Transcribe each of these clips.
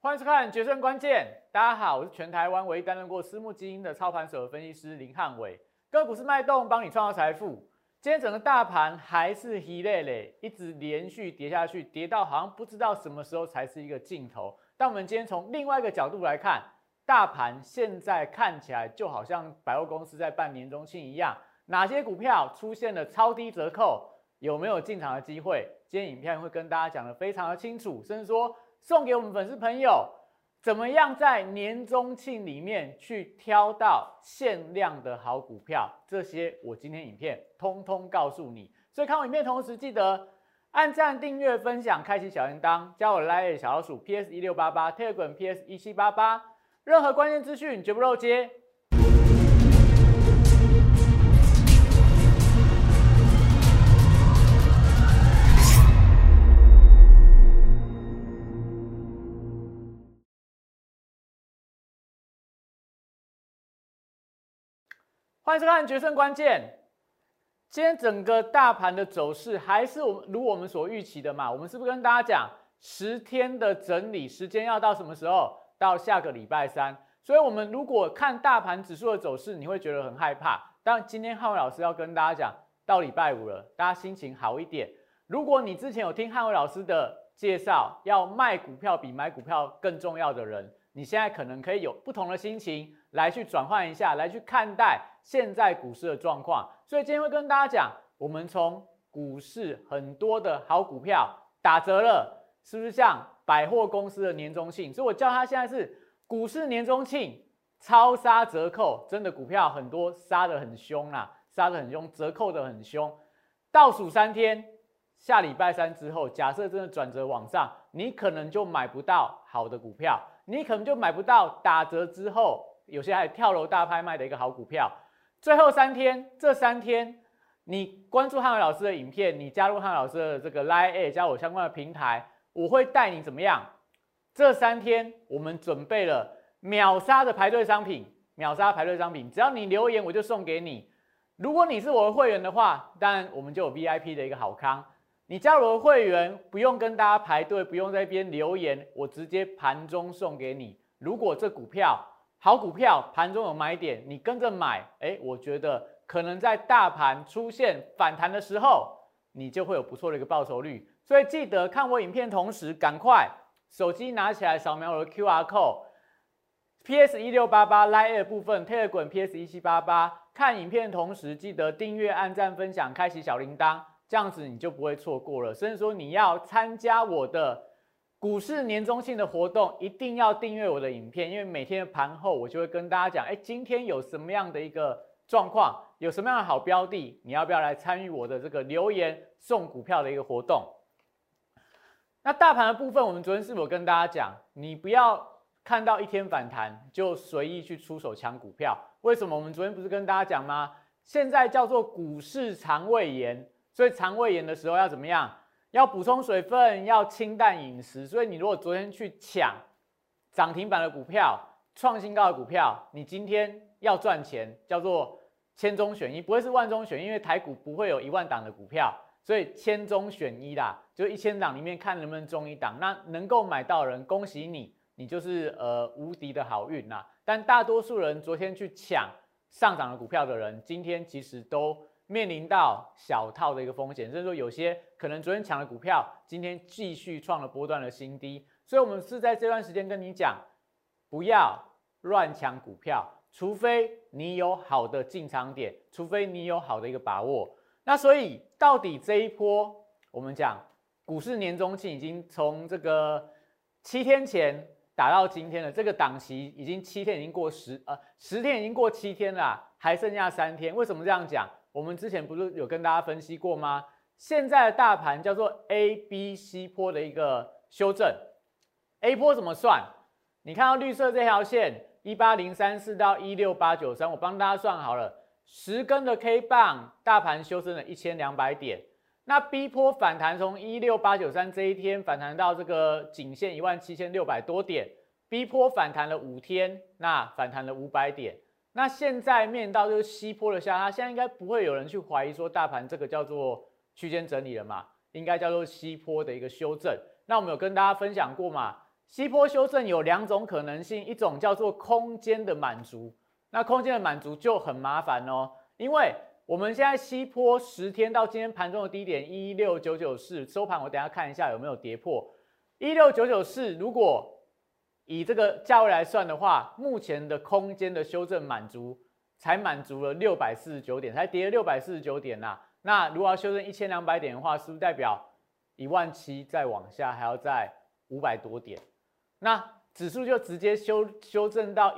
欢迎收看《决胜关键》。大家好，我是全台湾唯一担任过私募基金的操盘手的分析师林汉伟。个股市脉动，帮你创造财富。今天整个大盘还是稀累累，一直连续跌下去，跌到好像不知道什么时候才是一个尽头。但我们今天从另外一个角度来看，大盘现在看起来就好像百货公司在办年终庆一样，哪些股票出现了超低折扣，有没有进场的机会？今天影片会跟大家讲得非常的清楚，甚至说送给我们粉丝朋友，怎么样在年终庆里面去挑到限量的好股票，这些我今天影片通通告诉你。所以看我影片同时记得按赞、订阅、分享、开启小铃铛，加我 LINE 小老鼠 PS1688 Telegram PS1788，任何关键资讯绝不漏接。欢迎收看《决胜关键》。今天整个大盘的走势还是如我们所预期的嘛？我们是不是跟大家讲10天的整理时间要到什么时候？到下个礼拜3。所以，我们如果看大盘指数的走势，你会觉得很害怕。但今天汉伟老师要跟大家讲，到礼拜5了，大家心情好一点。如果你之前有听汉伟老师的介绍，要卖股票比买股票更重要的人，你现在可能可以有不同的心情来去转换一下，来去看待现在股市的状况。所以今天会跟大家讲，我们从股市很多的好股票打折了，是不是像百货公司的年终庆？所以我叫它现在是股市年终庆超杀折扣，真的股票很多杀得很凶啦，杀得很凶，折扣得很凶。倒数3天，下礼拜3之后，假设真的转折往上，你可能就买不到好的股票，你可能就买不到打折之后有些还跳楼大拍卖的一个好股票。最后3天，这3天你关注汉伟老师的影片，你加入汉伟老师的这个 LINE 加我相关的平台，我会带你怎么样？这3天我们准备了秒杀的排队商品，秒杀排队商品，只要你留言我就送给你。如果你是我的会员的话，当然我们就有 VIP 的一个好康。你加入我的会员，不用跟大家排队，不用在一边留言，我直接盘中送给你。如果这股票好股票盘中有买点，你跟着买，我觉得可能在大盘出现反弹的时候，你就会有不错的一个报酬率。所以记得看我影片同时，赶快手机拿起来扫描我的 QR code。PS1688 LINE 部分 Telegram PS1788， 看影片同时记得订阅、按赞、分享、开启小铃铛，这样子你就不会错过了。甚至说你要参加我的股市年终庆的活动，一定要订阅我的影片，因为每天的盘后我就会跟大家讲，今天有什么样的一个状况，有什么样的好标的，你要不要来参与我的这个留言送股票的一个活动？那大盘的部分，我们昨天是否跟大家讲，你不要看到一天反弹就随意去出手抢股票？为什么？我们昨天不是跟大家讲吗？现在叫做股市肠胃炎，所以肠胃炎的时候要怎么样？要补充水分，要清淡饮食。所以你如果昨天去抢涨停板的股票、创新高的股票，你今天要赚钱，叫做千中选一，不会是万中选一，因为台股不会有1万档的股票，所以千中选一啦，就1000档里面看能不能中1档。那能够买到的人，恭喜你，你就是无敌的好运啦。但大多数人昨天去抢上涨的股票的人，今天其实都面临到小套的一个风险，甚至说有些可能昨天抢的股票，今天继续创了波段的新低。所以我们是在这段时间跟你讲，不要乱抢股票，除非你有好的进场点，除非你有好的一个把握。那所以到底这一波，我们讲股市年终庆已经从这个7天前打到今天了，这个档期已经7天已经过10天已经过7天了，还剩下3天。为什么这样讲？我们之前不是有跟大家分析过吗？现在的大盘叫做 A、B、C 波的一个修正。A 波怎么算？你看到绿色这条线18034到16893，我帮大家算好了，10根的 K 棒，大盘修正了1200点。那 B 波反弹从16893这一天反弹到这个颈线17600多点 ，B 波反弹了5天，那反弹了500点。那现在面到就是西坡的下，它现在应该不会有人去怀疑说大盘这个叫做区间整理了嘛，应该叫做西坡的一个修正。那我们有跟大家分享过嘛， 西波修正有2种可能性，一种叫做空间的满足，那空间的满足就很麻烦哦，因为我们现在西波10天到今天盘中的低点16994，收盘我等一下看一下有没有跌破16994，如果以这个价位来算的话，目前的空间的修正满足才满足了649点，才跌了649点呐。那如果要修正1200点的话，是不是代表17000再往下还要再500多点？那指数就直接修正到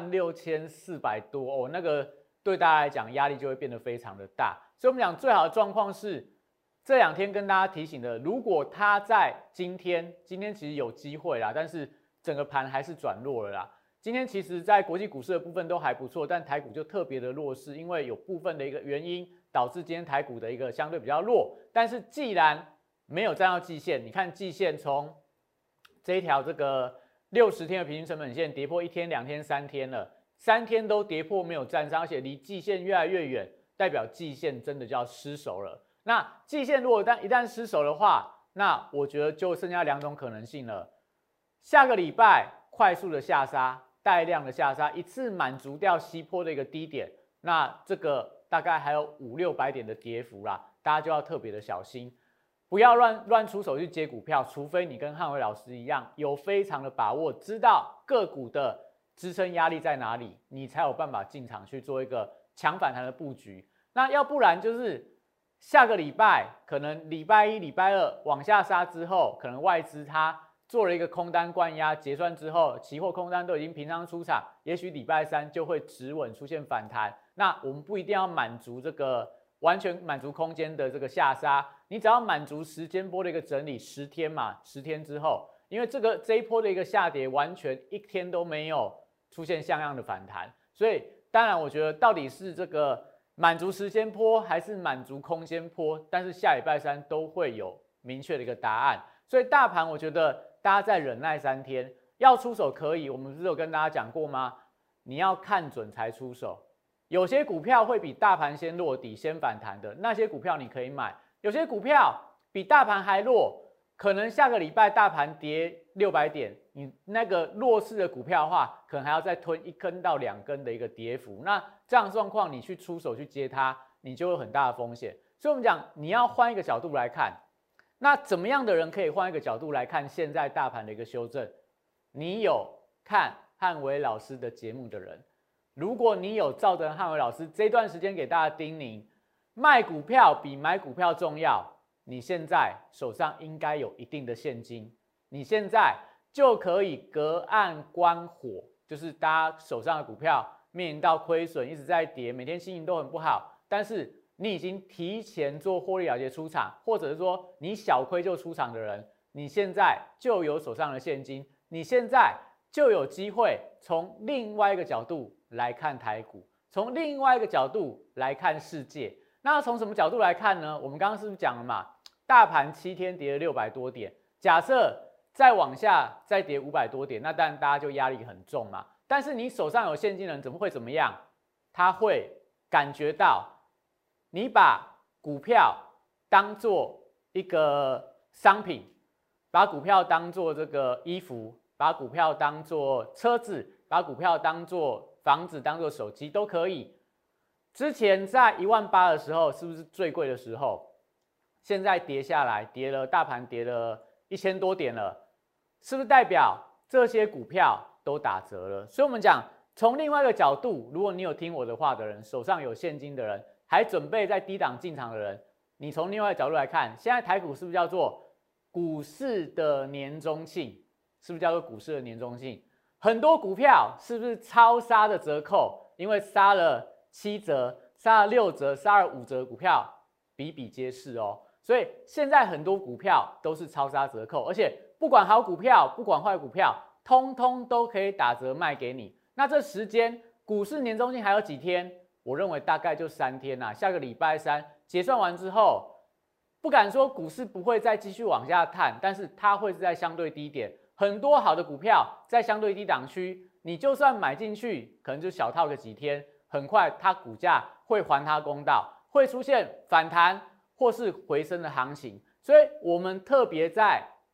16400多哦，那个对大家来讲压力就会变得非常的大。所以我们讲最好的状况是这2天跟大家提醒的，如果它在今天其实有机会啦，但是整个盘还是转弱了啦。今天其实在国际股市的部分都还不错，但台股就特别的弱势，因为有部分的一个原因导致今天台股的一个相对比较弱。但是既然没有站到季线，你看季线从这一条这个60天的平均成本线跌破1天、2天、3天了，3天都跌破没有站上，而且离季线越来越远，代表季线真的就要失守了。那季线如果一旦失守的话，那我觉得就剩下2种可能性了。下个礼拜快速的下杀，带量的下杀，一次满足掉西波的一个低点，那这个大概还有500-600点的跌幅啦，大家就要特别的小心，不要乱出手去接股票，除非你跟汉伟老师一样，有非常的把握，知道个股的支撑压力在哪里，你才有办法进场去做一个强反弹的布局。那要不然就是下个礼拜可能礼拜1、礼拜2往下杀之后，可能外资它做了一个空单灌压，结算之后，期货空单都已经平仓出场，也许礼拜3就会止稳出现反弹。那我们不一定要满足这个完全满足空间的这个下杀，你只要满足时间波的一个整理10天嘛，10天之后，因为这一波的一个下跌完全1天都没有出现像样的反弹，所以当然我觉得到底是这个满足时间波还是满足空间波，但是下礼拜3都会有明确的一个答案。所以大盘我觉得大家再忍耐3天，要出手可以，我们不是有跟大家讲过吗？你要看准才出手。有些股票会比大盘先落底、先反弹的，那些股票你可以买；有些股票比大盘还弱，可能下个礼拜大盘跌600点，你那个弱势的股票的话，可能还要再吞1根到2根的一个跌幅。那这样的状况，你去出手去接它，你就有很大的风险。所以我们讲，你要换一个角度来看。那怎么样的人可以换一个角度来看现在大盘的一个修正？你有看汉伟老师的节目的人，如果你有照着汉伟老师这段时间给大家叮咛，卖股票比买股票重要，你现在手上应该有一定的现金，你现在就可以隔岸观火，就是大家手上的股票面临到亏损，一直在跌，每天心情都很不好，但是你已经提前做获利了结出场，或者是说你小亏就出场的人，你现在就有手上的现金，你现在就有机会从另外一个角度来看台股，从另外一个角度来看世界。那从什么角度来看呢？我们刚刚是不是讲了嘛？大盘7天跌了600多点，假设再往下再跌500多点，那当然大家就压力很重嘛。但是你手上有现金的人怎么会怎么样？他会感觉到你把股票当做一个商品，把股票当做这个衣服，把股票当做车子，把股票当做房子，当做手机都可以。之前在18000的时候，是不是最贵的时候？现在跌下来，大盘跌了1000多点了，是不是代表这些股票都打折了？所以我们讲，从另外一个角度，如果你有听我的话的人，手上有现金的人，还准备在低档进场的人，你从另外一个角度来看，现在台股是不是叫做股市的年中庆？是不是叫做股市的年中庆？很多股票是不是超杀的折扣？因为杀了7折、杀了6折、杀了5折的股票比比皆是哦。所以现在很多股票都是超杀折扣，而且不管好股票，不管坏股票，通通都可以打折卖给你。那这时间股市年中庆还有几天？我认为大概就3天啦。下个礼拜3结算完之后，不敢说股市不会再继续往下探，但是它会是在相对低点。很多好的股票在相对低档区，你就算买进去，可能就小套个几天，很快它股价会还它公道，会出现反弹或是回升的行情。所以我们特别在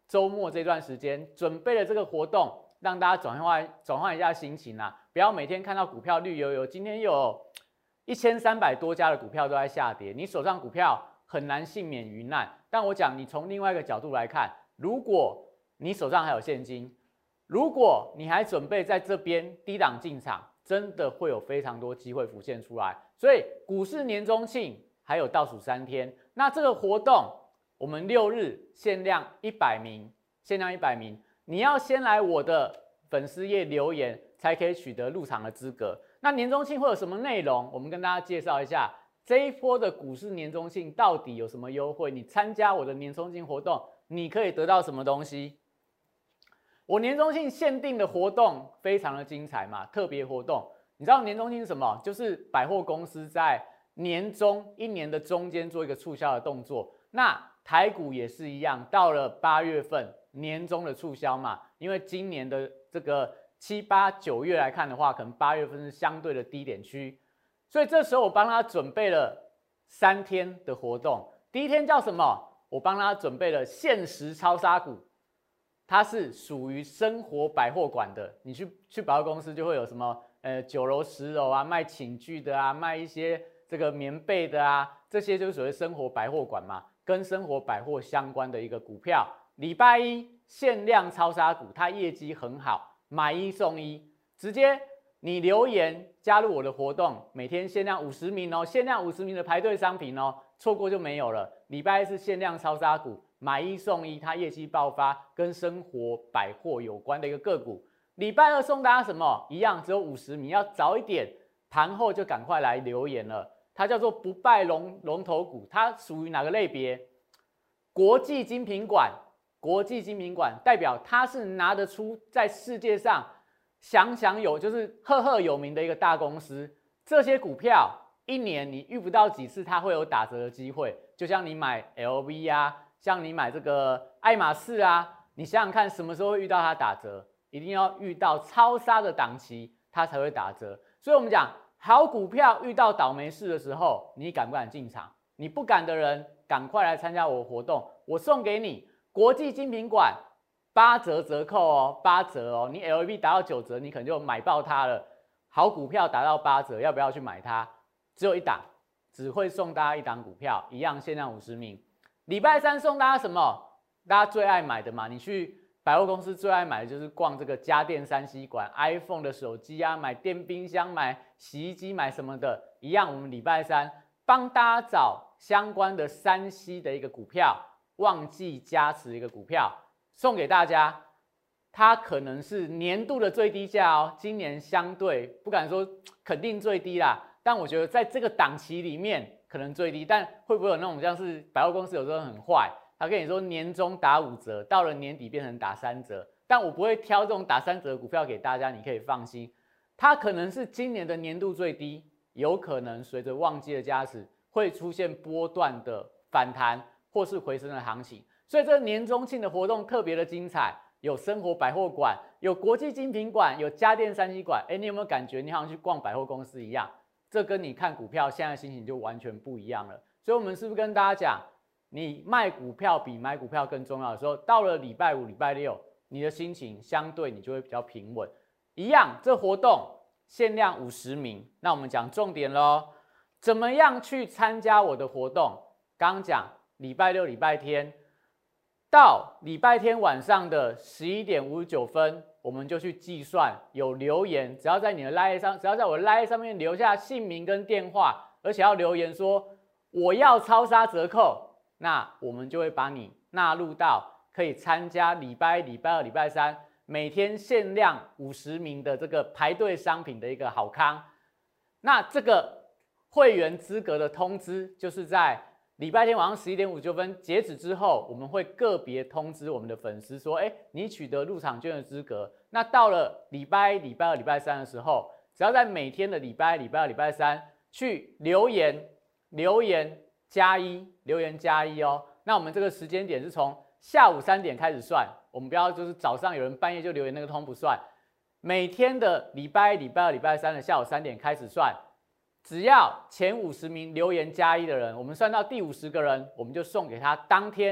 周末这段时间准备了这个活动，让大家转换一下心情啊，不要每天看到股票绿油油，今天又有1300多家的股票都在下跌，你手上股票很难幸免于难。但我讲，你从另外一个角度来看，如果你手上还有现金，如果你还准备在这边低档进场，真的会有非常多机会浮现出来。所以股市年中庆还有倒数3天，那这个活动我们6日限量100名，限量100名，你要先来我的粉丝页留言，才可以取得入场的资格。那年中庆会有什么内容？我们跟大家介绍一下这一波的股市年中庆到底有什么优惠？你参加我的年中庆活动，你可以得到什么东西？我年中庆限定的活动非常的精彩嘛，特别活动。你知道年中庆是什么？就是百货公司在年中1年的中间做一个促销的动作。那台股也是一样，到了8月份年中的促销嘛，因为今年的这个7、8、9月来看的话，可能8月份是相对的低点区，所以这时候我帮他准备了3天的活动。第一天叫什么？我帮他准备了限时超杀股。它是属于生活百货馆的，你去百货公司就会有什么9楼10楼啊，卖寝具的啊，卖一些这个棉被的啊，这些就是属于生活百货馆嘛，跟生活百货相关的一个股票。礼拜一限量超杀股，它业绩很好，买1送1，直接你留言加入我的活动，每天限量50名哦，限量50名的排队商品哦，错过就没有了。礼拜一是限量超杀股。买1送1，它业绩爆发，跟生活百货有关的一个个股。礼拜二送大家什么？一样只有50名，要早一点，盘后就赶快来留言了。它叫做不败龙头股，它属于哪个类别？国际精品馆，国际精品馆代表它是拿得出在世界上就是赫赫有名的一个大公司。这些股票1年你遇不到几次它会有打折的机会，就像你买 LV 啊。像你买这个爱马仕啊，你想想看什么时候会遇到它打折？一定要遇到超杀的档期，它才会打折。所以我们讲好股票遇到倒霉事的时候，你敢不敢进场？你不敢的人，赶快来参加我的活动，我送给你国际精品馆8折折扣哦，8折哦，你 LV 达到9折，你可能就买爆它了。好股票达到8折，要不要去买它？只有1档，只会送大家1档股票，一样限量50名。礼拜三送大家什么？大家最爱买的嘛，你去百货公司最爱买的就是逛这个家电3C馆 ，iPhone 的手机啊，买电冰箱、买洗衣机、买什么的，一样。我们礼拜三帮大家找相关的3C的一个股票，旺季加持一个股票送给大家，它可能是年度的最低价哦。今年相对不敢说肯定最低啦，但我觉得在这个档期里面。可能最低，但会不会有那种像是百货公司有时候很坏，他跟你说年终打5折，到了年底变成打3折，但我不会挑这种打3折的股票给大家，你可以放心，它可能是今年的年度最低，有可能随着旺季的加持会出现波段的反弹或是回升的行情，所以这个年中庆的活动特别的精彩，有生活百货馆，有国际精品馆，有家电3C馆，你有没有感觉你好像去逛百货公司一样？这跟你看股票现在心情就完全不一样了，所以我们是不是跟大家讲，你卖股票比买股票更重要的时候，到了礼拜5、礼拜6，你的心情相对你就会比较平稳。一样，这活动限量50名，那我们讲重点咯，怎么样去参加我的活动？刚刚讲礼拜6、礼拜天到礼拜天晚上的11点59分。我们就去计算有留言，只要在你的 LINE 上，只要在我的 LINE 上面留下姓名跟电话，而且要留言说我要超杀折扣，那我们就会把你纳入到可以参加礼拜1、礼拜2、礼拜3每天限量50名的这个排队商品的一个好康。那这个会员资格的通知就是在礼拜天晚上11点59分截止之后，我们会个别通知我们的粉丝说，你取得入场券的资格。那到了礼拜1、礼拜2、礼拜3的时候，只要在每天的礼拜1、礼拜2、礼拜3去留言+1，留言+1哦。那我们这个时间点是从下午3点开始算，我们不要就是早上有人半夜就留言那个通不算，每天的礼拜1、礼拜2、礼拜3的下午3点开始算。只要前50名留言+1的人，我们算到第50个人，我们就送给他当天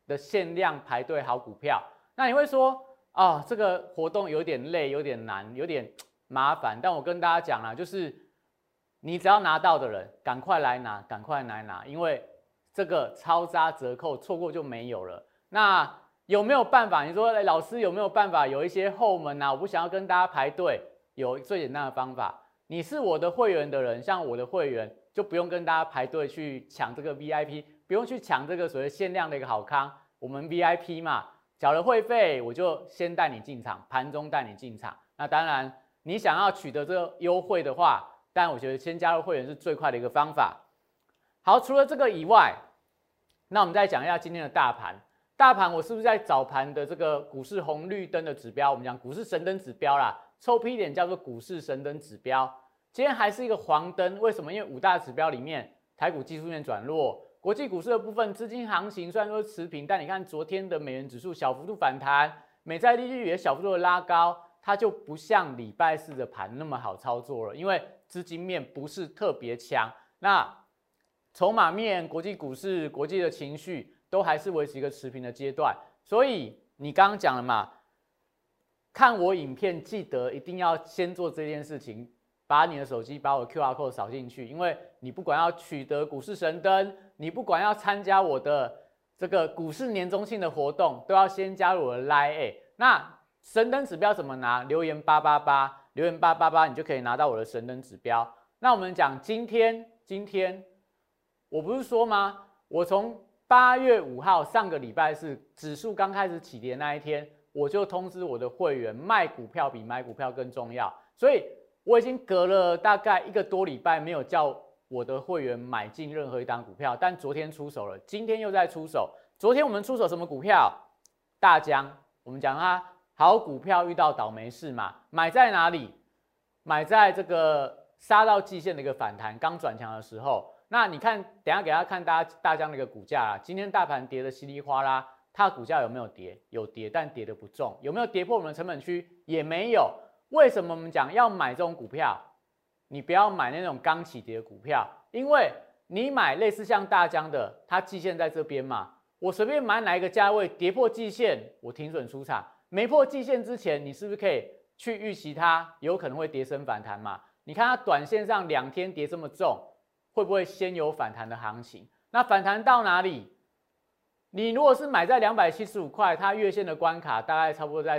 的限量排队好股票。那你会说啊，这个活动有点累，有点难，有点麻烦。但我跟大家讲啦，就是你只要拿到的人，赶快来拿，赶快来拿，因为这个超杀折扣错过就没有了。那有没有办法？你说，老师有没有办法？有一些后门啊，我不想要跟大家排队。有最简单的方法，你是我的会员的人，像我的会员就不用跟大家排队去抢这个 VIP， 不用去抢这个所谓限量的一个好康。我们 VIP 嘛，缴了会费，我就先带你进场，盘中带你进场。那当然，你想要取得这个优惠的话，但我觉得先加入会员是最快的一个方法。好，除了这个以外，那我们再讲一下今天的大盘。大盘我是不是在早盘的这个股市红绿灯的指标？我们讲股市神灯指标啦，臭屁一点叫做股市神灯指标。今天还是一个黄灯，为什么？因为5大指标里面，台股技术面转弱，国际股市的部分资金行情虽然说持平，但你看昨天的美元指数小幅度反弹，美债利率也小幅度的拉高，它就不像礼拜四的盘那么好操作了，因为资金面不是特别强。那筹码面、国际股市、国际的情绪都还是维持一个持平的阶段，所以你刚刚讲了嘛，看我影片记得一定要先做这件事情，把你的手机把我的 QR code 扫进去，因为你不管要取得股市神灯，你不管要参加我的这个股市年中庆的活动，都要先加入我的 Line。那神灯指标怎么拿？留言888，留言888，你就可以拿到我的神灯指标。那我们讲今天我不是说吗？我从8月5号上个礼拜四指数刚开始起跌那一天，我就通知我的会员，卖股票比买股票更重要。所以我已经隔了大概1个多礼拜没有叫我的会员买进任何一档股票，但昨天出手了，今天又在出手。昨天我们出手什么股票？大江，我们讲它好股票遇到倒霉事嘛，买在哪里？买在这个杀到季线的一个反弹刚转强的时候。那你看，等一下给大家看大江的一个股价啦。今天大盘跌得稀里哗啦，它的股价有没有跌？有跌，但跌得不重。有没有跌破我们的成本区？也没有。为什么我们讲要买这种股票？你不要买那种刚起跌的股票，因为你买类似像大江的，它季线在这边嘛，我随便买哪一个价位跌破季线，我停损出场。没破季线之前，你是不是可以去预期它有可能会跌升反弹嘛？你看它短线上2天跌这么重。会不会先有反弹的行情？那反弹到哪里？你如果是买在275块，它月线的关卡大概差不多在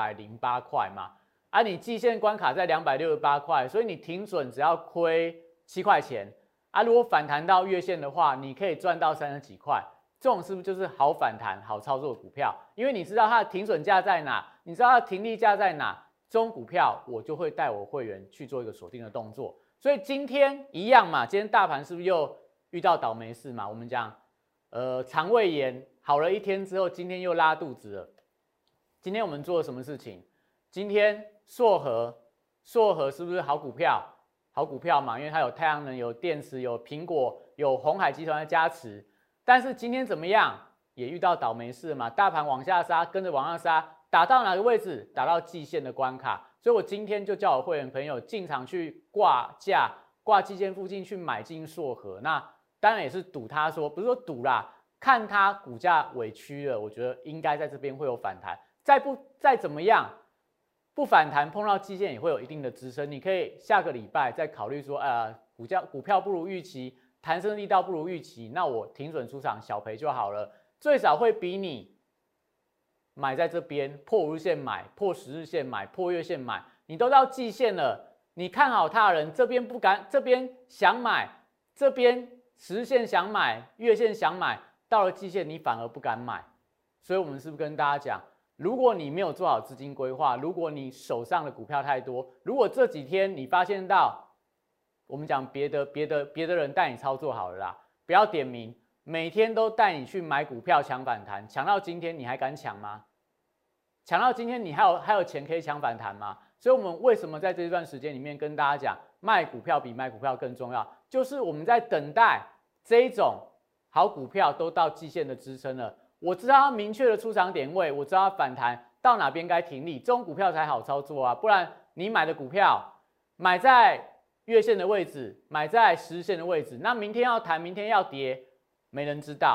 308块嘛，你季线关卡在268块，所以你停损只要亏7块钱如果反弹到月线的话，你可以赚到30几块，这种是不是就是好反弹、好操作的股票？因为你知道它的停损价在哪，你知道它的停利价在哪，这种股票我就会带我会员去做一个锁定的动作。所以今天一样嘛，今天大盘是不是又遇到倒霉事嘛？我们讲，肠胃炎好了1天之后，今天又拉肚子了。今天我们做了什么事情？今天硕禾是不是好股票？好股票嘛，因为它有太阳能、有电池、有苹果、有鸿海集团的加持。但是今天怎么样？也遇到倒霉事嘛，大盘往下杀，跟着往上杀，打到哪个位置？打到季线的关卡。所以我今天就叫我会员朋友进场去挂价，挂季线附近去买进硕禾。那当然也是赌他说，不是说赌啦，看他股价委屈了，我觉得应该在这边会有反弹。再怎么样不反弹，碰到季线也会有一定的支撑。你可以下个礼拜再考虑说，股票不如预期，弹升力道不如预期，那我停损出场小赔就好了，最少会比你买在这边破5日线买，破10日线买，破月线买，你都到季线了，你看好它的人这边不敢，这边想买，这边10日线想买，月线想买，到了季线你反而不敢买。所以我们是不是跟大家讲，如果你没有做好资金规划，如果你手上的股票太多，如果这几天你发现到，我们讲别的人带你操作好了啦，不要点名。每天都带你去买股票抢反弹，抢到今天你还敢抢吗？抢到今天你还有钱可以抢反弹吗？所以我们为什么在这段时间里面跟大家讲，卖股票比买股票更重要？就是我们在等待这一种好股票都到季线的支撑了，我知道它明确的出场点位，我知道它反弹到哪边该停利，这种股票才好操作啊！不然你买的股票买在月线的位置，买在10日线的位置，那明天要弹，明天要跌。没人知道，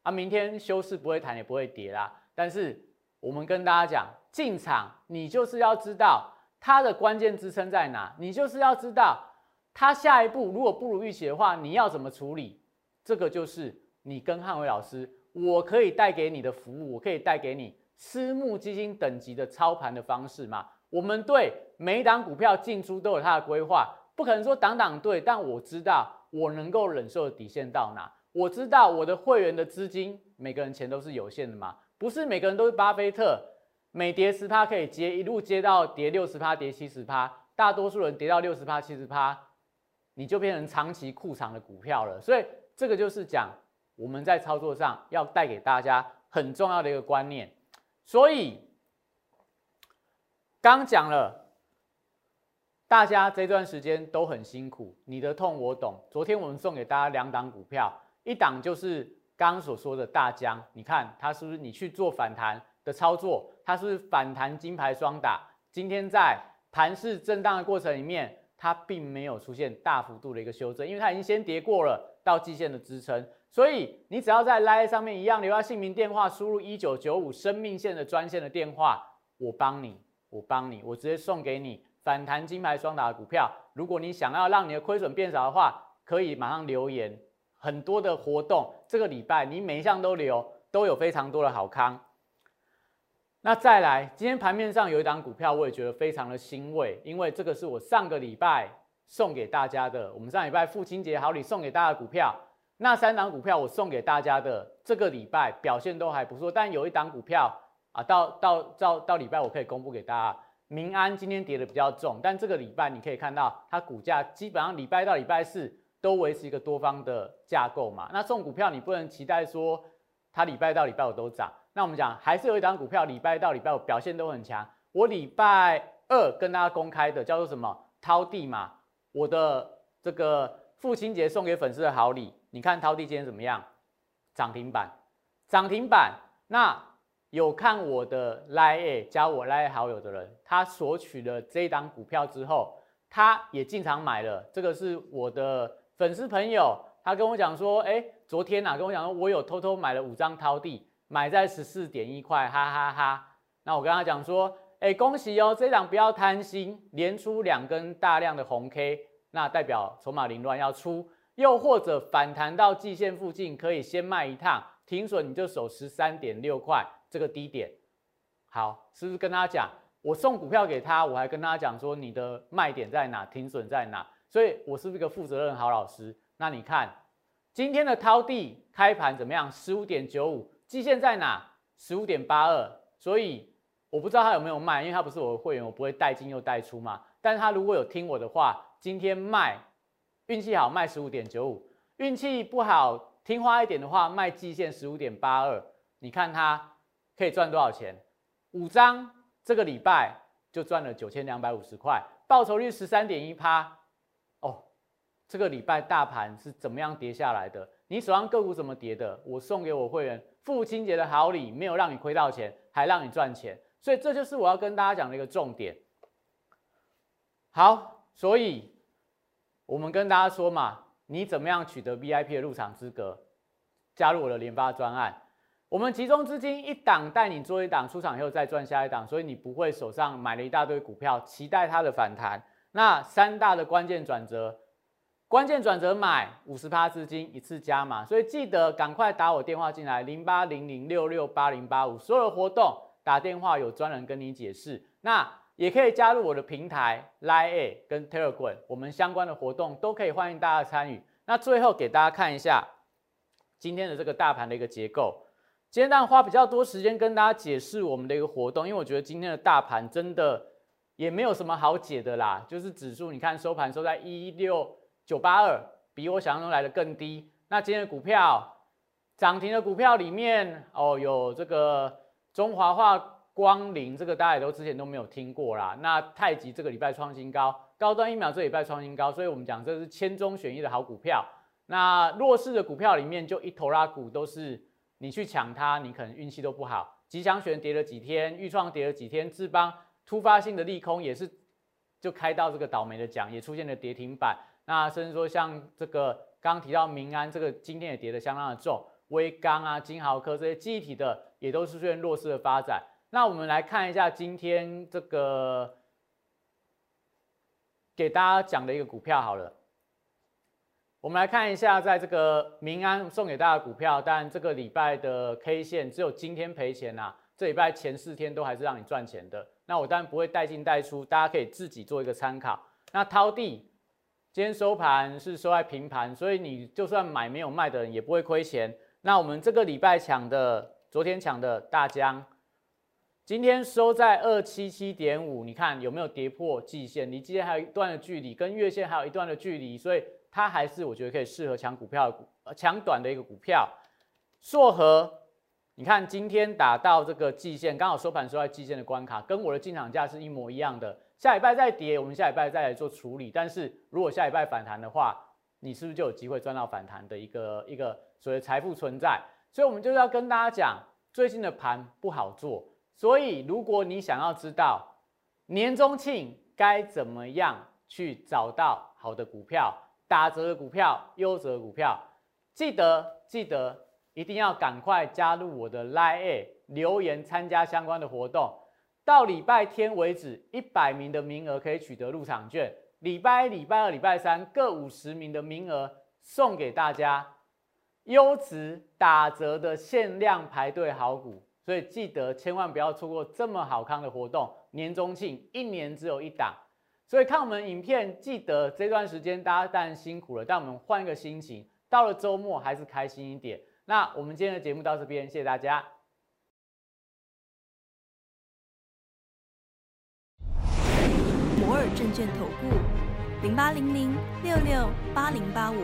啊，明天休市不会弹也不会跌啦。但是我们跟大家讲，进场你就是要知道它的关键支撑在哪，你就是要知道它下一步如果不如预期的话，你要怎么处理。这个就是你跟汉伟老师，我可以带给你的服务，我可以带给你私募基金等级的操盘的方式嘛。我们对每一档股票进出都有它的规划，不可能说档档对，但我知道我能够忍受的底线到哪，我知道我的会员的资金，每个人钱都是有限的嘛，不是每个人都是巴菲特，每跌10%可以接，一路接到跌60%、跌70%，大多数人跌到60%、70%，你就变成长期库藏的股票了。所以这个就是讲我们在操作上要带给大家很重要的一个观念。所以刚讲了，大家这段时间都很辛苦，你的痛我懂。昨天我们送给大家2档股票，一档就是刚刚所说的大江，你看它是不是你去做反弹的操作，它是不是反弹金牌双打？今天在盘势震荡的过程里面，它并没有出现大幅度的一个修正，因为它已经先跌过了到季线的支撑，所以你只要在 LINE 上面一样留下姓名、电话，输入1995生命线的专线的电话，我帮你，我直接送给你反弹金牌双打的股票。如果你想要让你的亏损变少的话，可以马上留言。很多的活动，这个礼拜你每一项都留，都有非常多的好康。那再来，今天盘面上有一档股票，我也觉得非常的欣慰，因为这个是我上个礼拜送给大家的。我们上礼拜父亲节好礼送给大家的股票，那3档股票我送给大家的，这个礼拜表现都还不错，但有一档股票啊，到礼拜我可以公布给大家。民安今天跌的比较重，但这个礼拜你可以看到它股价基本上礼拜到礼拜四都维持一个多方的架构嘛。那送股票你不能期待说它礼拜到礼拜五都涨。那我们讲还是有一档股票礼拜到礼拜五表现都很强。我礼拜2跟大家公开的叫做什么？涛地嘛，我的这个父亲节送给粉丝的好礼。你看涛地今天怎么样？涨停板，涨停板。那有看我的 LINE 加我 LINE 好友的人，他索取了这一档股票之后，他也进场买了。这个是我的粉丝朋友，他跟我讲说，昨天跟我讲说，我有偷偷买了5张涛地，买在14.1块，哈哈哈。那我跟他讲说，恭喜哦，这档不要贪心，连出2根大量的红 K， 那代表筹码凌乱要出，又或者反弹到季线附近，可以先卖一趟，停损你就守13.6块这个低点。好，是不是跟他讲，我送股票给他，我还跟他讲说你的卖点在哪，停损在哪？所以我是不是一个负责任好老师？那你看今天的涛地开盘怎么样？15.95，季线在哪？15.82，所以我不知道他有没有卖，因为他不是我的会员，我不会带进又带出嘛。但是他如果有听我的话，今天卖，运气好卖15.95，运气不好听话一点的话，卖季线15.82。你看他可以赚多少钱？5张，这个礼拜就赚了9250块，报酬率13.1%。哦，这个礼拜大盘是怎么样跌下来的？你手上个股怎么跌的？我送给我会员父亲节的好礼，没有让你亏到钱，还让你赚钱。所以这就是我要跟大家讲的一个重点。好，所以我们跟大家说嘛，你怎么样取得 VIP 的入场资格？加入我的联发专案，我们集中资金一档带你做一档，出场以后再赚下一档，所以你不会手上买了一大堆股票，期待它的反弹。那3大的关键转折，买50%资金一次加码，所以记得赶快打我电话进来0800668085，所有的活动打电话有专人跟你解释。那也可以加入我的平台 LINE 跟 Telegram， 我们相关的活动都可以欢迎大家参与。那最后给大家看一下今天的这个大盘的一个结构。今天当然花比较多时间跟大家解释我们的一个活动，因为我觉得今天的大盘真的也没有什么好解的啦，就是指数你看收盘收在16982，比我想象中来的更低。那今天的股票涨停的股票里面有这个中华化光临，这个大家也都之前都没有听过啦。那太极这个礼拜创新高，高端疫苗这礼拜创新高，所以我们讲这是千中选一的好股票。那弱势的股票里面，就一头拉股都是你去抢它，你可能运气都不好。吉祥选跌了几天，裕创跌了几天，智邦突发性的利空也是就开到这个倒霉的奖，也出现了跌停板。那甚至说像这个刚刚提到民安，这个今天也跌得相当的重。 威刚啊、金豪科这些记忆体的也都是出现弱势的发展。那我们来看一下今天这个给大家讲的一个股票好了。我们来看一下，在这个民安送给大家的股票，但这个礼拜的 K 线只有今天赔钱啊，这礼拜前4天都还是让你赚钱的。那我当然不会带进带出，大家可以自己做一个参考。那涛地今天收盘是收在平盘，所以你就算买没有卖的人也不会亏钱。那我们这个礼拜抢的，昨天抢的大江，今天收在277.5，你看有没有跌破季线？离季线还有一段的距离，跟月线还有一段的距离，所以它还是我觉得可以适合抢股票抢短的一个股票。硕和，你看今天打到这个季线，刚好收盘收在季线的关卡，跟我的进场价是一模一样的。下礼拜再跌，我们下礼拜再来做处理。但是如果下礼拜反弹的话，你是不是就有机会赚到反弹的一个所谓财富存在？所以我们就是要跟大家讲，最近的盘不好做。所以如果你想要知道年中庆该怎么样去找到好的股票、打折的股票、优质的股票，记得一定要赶快加入我的 LINE 留言参加相关的活动。到礼拜天为止，100名的名额可以取得入场券。礼拜1、礼拜2、礼拜3各50名的名额送给大家，优质打折的限量排队好股。所以记得千万不要错过这么好康的活动。年中庆1年只有1档，所以看我们影片，记得这段时间大家当然辛苦了，但我们换一个心情，到了周末还是开心一点。那我们今天的节目到这边，谢谢大家。 摩尔证券投顾0800668085。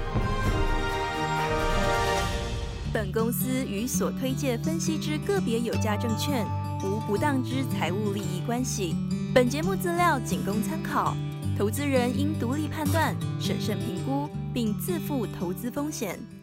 本公司与所推介分析之个别有价证券无不当之财务利益关系。本节目资料仅供参考，投资人应独立判断、审慎评估，并自负投资风险。